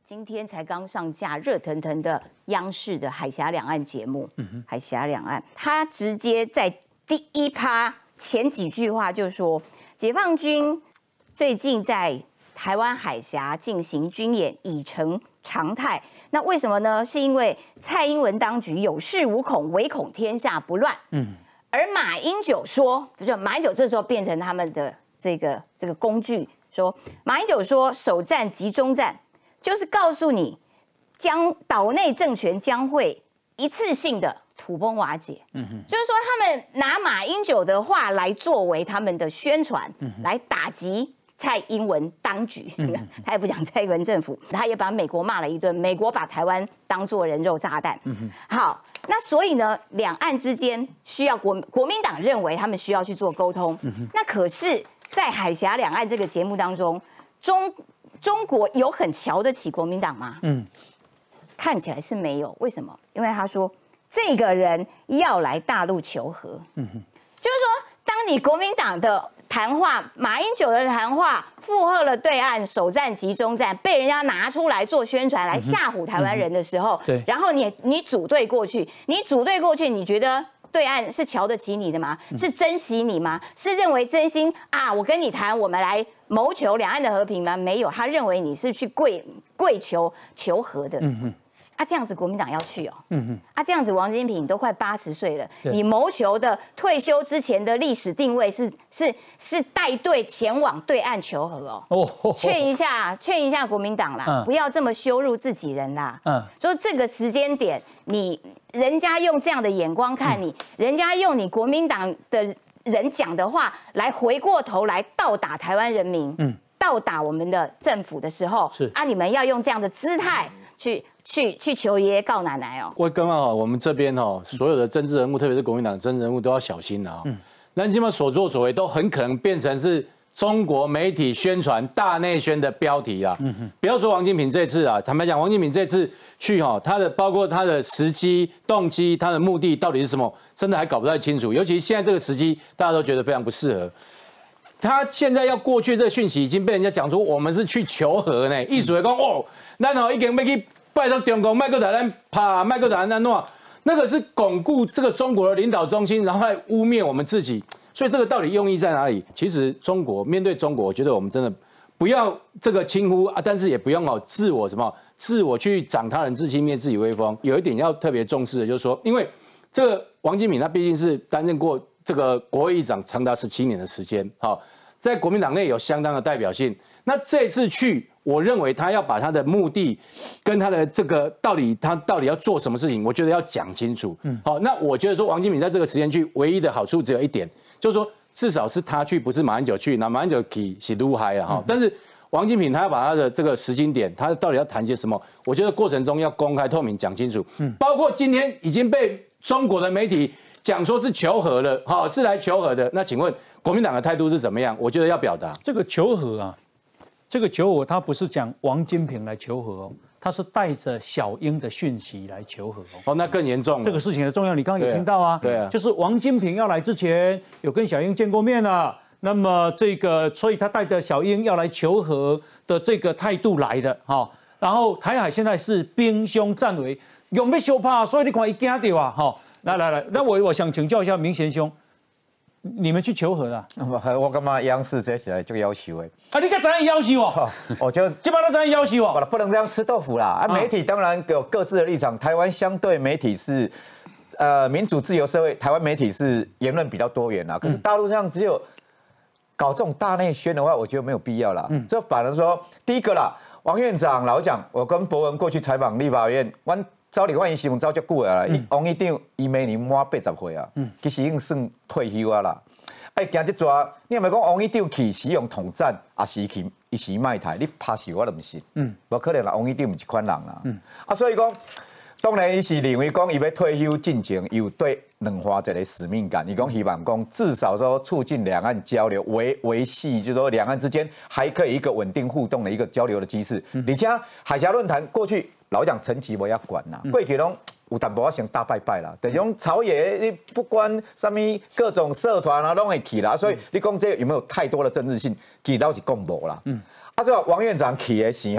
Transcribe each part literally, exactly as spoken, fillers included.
今天才刚上架热腾腾的央视的海峡两岸节目，嗯、海峡两岸，他直接在第一趴前几句话就说，解放军最近在台湾海峡进行军演已成常态。那为什么呢？是因为蔡英文当局有恃无恐，唯恐天下不乱。嗯，而马英九说，就马英九这时候变成他们的这个这个工具，说马英九说首战集中战。就是告诉你，将岛内政权将会一次性的土崩瓦解。嗯哼，就是说他们拿马英九的话来作为他们的宣传，嗯、来打击蔡英文当局。嗯、他也不讲蔡英文政府，他也把美国骂了一顿。美国把台湾当作人肉炸弹。嗯、好，那所以呢，两岸之间需要国国民党认为他们需要去做沟通。嗯、那可是，在海峡两岸这个节目当中，中。中国有很瞧得起国民党吗？嗯，看起来是没有。为什么？因为他说这个人要来大陆求和。嗯哼，就是说，当你国民党的谈话，马英九的谈话附和了对岸首战集中战，被人家拿出来做宣传，来吓唬台湾人的时候，对、嗯，然后你你组队过去，你组队过去，你觉得？对岸是瞧得起你的吗？是珍惜你吗？是认为真心啊？我跟你谈，我们来谋求两岸的和平吗？没有，他认为你是去跪跪求求和的。嗯哼，啊，这样子国民党要去哦。嗯哼，啊，这样子王金平都快八十岁了，你谋求的退休之前的历史定位是是是带队前往对岸求和哦。哦，劝一下劝一下国民党啦，嗯、不要这么羞辱自己人啦。嗯，说这个时间点你。人家用这样的眼光看你，嗯、人家用你国民党的人讲的话来回过头来倒打台湾人民，嗯，倒打我们的政府的时候，是啊，你们要用这样的姿态去去去求爷爷告奶奶哦。 我刚刚我们这边哦，所有的政治人物，特别是国民党的政治人物都要小心啊、哦。嗯，那基本所作所为都很可能变成是。中国媒体宣传大内宣的标题啊，嗯、不要说王金平这次啊，坦白讲，王金平这次去哈、哦，他的包括他的时机、动机、他的目的到底是什么，真的还搞不太清楚。尤其现在这个时机，大家都觉得非常不适合。他现在要过去，这个讯息已经被人家讲出，我们是去求和呢，意思是讲哦，咱哦已经要去拜托中国，麦克台咱怕麦克台咱弄，那个是巩固这个中国的领导中心，然后来污蔑我们自己。所以这个到底用意在哪里？其实中国面对中国，我觉得我们真的不要这个轻忽啊，但是也不用哦自我什么自我去长他人志气灭自己威风。有一点要特别重视的，就是说，因为这个王金平他毕竟是担任过这个国会议长长达十七年的时间，好，在国民党内有相当的代表性。那这次去，我认为他要把他的目的跟他的这个到底他到底要做什么事情，我觉得要讲清楚。嗯，好，那我觉得说王金平在这个时间去，唯一的好处只有一点。就是说，至少是他去，不是马英九去。那马英九去是愈嗨了哈。但是王金平他要把他的这个时间点，他到底要谈些什么？我觉得过程中要公开透明讲清楚。嗯，包括今天已经被中国的媒体讲说是求和了，哈，是来求和的。那请问国民党的态度是怎么样？我觉得要表达这个求和啊，这个求和他不是讲王金平来求和哦。他是带着小英的讯息来求和哦， 哦，那更严重了。 这个事情的重要，你刚刚有听到啊？ 对啊， 就是王金平要来之前有跟小英见过面了，那么这个，所以他带着小英要来求和的这个态度来的哈。然后台海现在是兵凶战危，有没有羞怕？所以你看一惊到啊，哈，来来来，那我我想请教一下明贤兄。你们去求和啦？ 我感觉央视这是就要求的。 啊，你敢怎样要求哦？ 我就基本上怎样要求哦？ 不能这样吃豆腐啦！啊，媒体当然有各自的立场。台湾相对媒体是呃民主自由社会，台湾媒体是言论比较多元啦。可是大陆上只有搞这种大内宣的话，我觉得没有必要啦。嗯，这反而说第一个啦，王院长老讲，我跟博文过去采访立法院，我招李万一时阵招足久啊啦，王院长伊明年满八十岁啊，其实已经算退休啊啦。哎，今这抓，你有没有讲王院长去使用统战，啊是去一时卖台？你拍死我都唔信，嗯，无可能啦，王院长唔是款人啦，嗯，啊，所以讲，当然伊是认为讲伊要退休进前，有对两华一个使命感，伊讲希望讲至少说促进两岸交流，维维系，就是说两岸之间还可以一个稳定互动的一个交流的机制。嗯、而且海峡论坛过去老讲层级我要管呐，过去拢。有淡薄仔先大拜拜啦，就是讲朝野你不管什么各种社团啊，拢会去啦，所以你讲这有没有太多的政治性？其实都是讲无啦。嗯，啊，这王院长去的时候，啊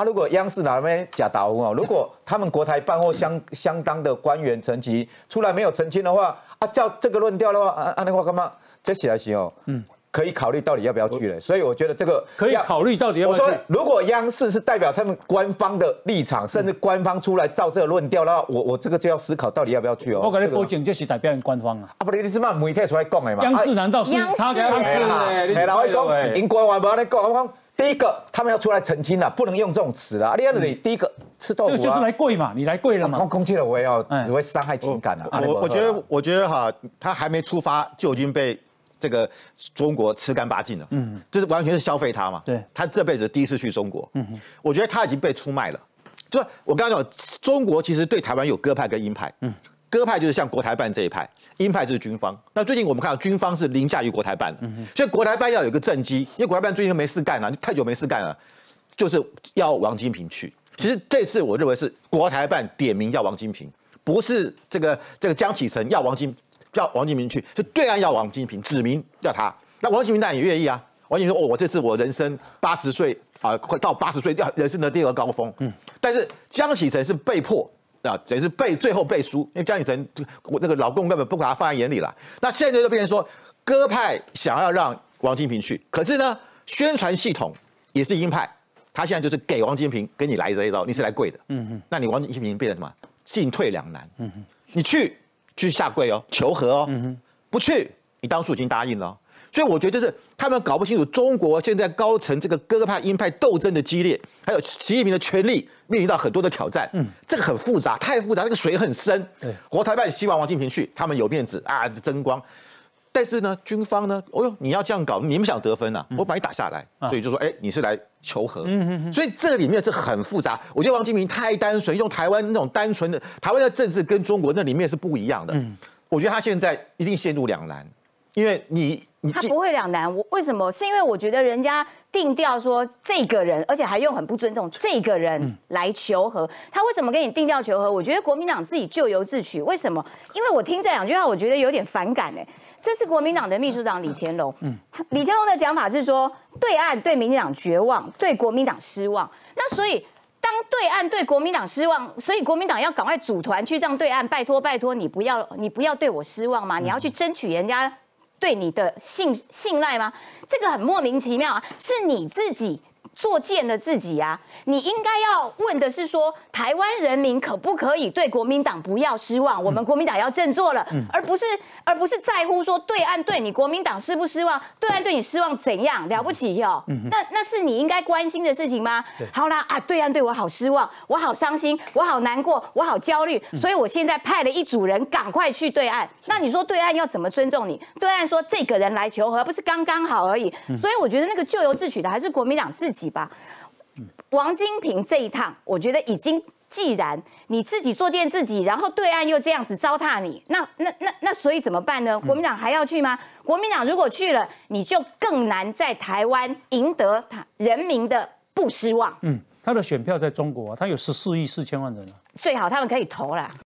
啊，如果央视哪边假打呼哦，如果他们国台办或相相当的官员层级出来没有澄清的话，啊，照这个论调的话，啊，啊那话干嘛？这起来时候，嗯。可以考虑到底要不要去了，所以我觉得这个可以考虑到底要不要去。 我说，如果央视是代表他们官方的立场，甚至官方出来照这个论调的话，我我这个就要思考到底要不要去哦。 我跟你保证，这是代表官方啊。 啊，不，你是嘛媒体出来讲的嘛？ 央视难道是他央视？ 哎，老外讲，英国话不要来讲，我讲第一个他们要出来澄清了，不能用这种词了。你要你第一个吃豆腐， 这个就是来跪嘛，你来跪了嘛。 空空气的我也要只会伤害情感啊。 我我觉得我觉得哈，他还没出发就已经被。这个中国吃干拔净了，嗯，这是完全是消费他嘛， 对， 他这辈子第一次去中国，嗯哼，我觉得他已经被出卖了。就我刚刚讲，中国其实对台湾有鸽派跟鹰派，嗯，鸽派就是像国台办这一派，鹰派就是军方。那最近我们看到军方是凌驾于国台办的，嗯、所以国台办要有一个政绩，因为国台办最近没事干了、啊，太久没事干了，就是要王金平去。其实这次我认为是国台办点名要王金平，不是这个这个江启臣要王金。叫王金平去，是对岸要王金平，指明要他。那王金平当然也愿意啊。王金平说：“哦，我这次我人生八十岁啊，快到八十岁，要人生的第二个高峰。”嗯。但是江启臣是被迫啊，等于是被最后被输，因为江启臣我那个老公根本不把他放在眼里了。那现在就变成说，鸽派想要让王金平去，可是呢，宣传系统也是鹰派，他现在就是给王金平跟你来这一招，你是来跪的。嗯哼。那你王金平变成什么？进退两难。嗯哼。你去。去下跪哦，求和哦，嗯、不去，你当初已经答应了、哦，所以我觉得就是他们搞不清楚中国现在高层这个鸽派鹰派斗争的激烈，还有习近平的权力面临到很多的挑战，嗯，这个很复杂，太复杂，这个水很深。对，国台办希望王金平去，他们有面子啊，争光。但是呢，军方呢，哦呦，你要这样搞，你们想得分啊？我把你打下来，嗯、所以就说，哎，你是来求和。嗯嗯嗯。所以这个里面这很复杂。我觉得王金平太单纯，用台湾那种单纯的台湾的政治跟中国那里面是不一样的。嗯。我觉得他现在一定陷入两难，因为你你他不会两难。我为什么？是因为我觉得人家定调说这个人，而且还用很不尊重这个人来求和。他为什么跟你定调求和？我觉得国民党自己咎由自取。为什么？因为我听这两句话，我觉得有点反感哎。这是国民党的秘书长李乾龙，嗯，李乾龙的讲法是说，对岸对民进党绝望，对国民党失望。那所以，当对岸对国民党失望，所以国民党要赶快组团去让对岸拜托拜托你不要你不要对我失望吗？你要去争取人家对你的信信赖吗？这个很莫名其妙啊，是你自己作践了自己啊！你应该要问的是说，台湾人民可不可以对国民党不要失望？我们国民党要振作了，嗯、而不是而不是在乎说对岸对你国民党失不失望，对岸对你失望怎样了不起哟、哦？嗯、那那是你应该关心的事情吗？好啦啊，对岸对我好失望，我好伤心，我好难过，我好焦虑，所以我现在派了一组人赶快去对岸。那你说对岸要怎么尊重你？对岸说这个人来求和，不是刚刚好而已。所以我觉得那个咎由自取的还是国民党自己。吧，王金平这一趟，我觉得已经，既然你自己作践自己，然后对岸又这样子糟蹋你，那那那那，所以怎么办呢？国民党还要去吗？国民党如果去了，你就更难在台湾赢得人民的不失望。 嗯，他的选票在中国、啊，他有十四亿四千万人、啊， 最好他们可以投啦。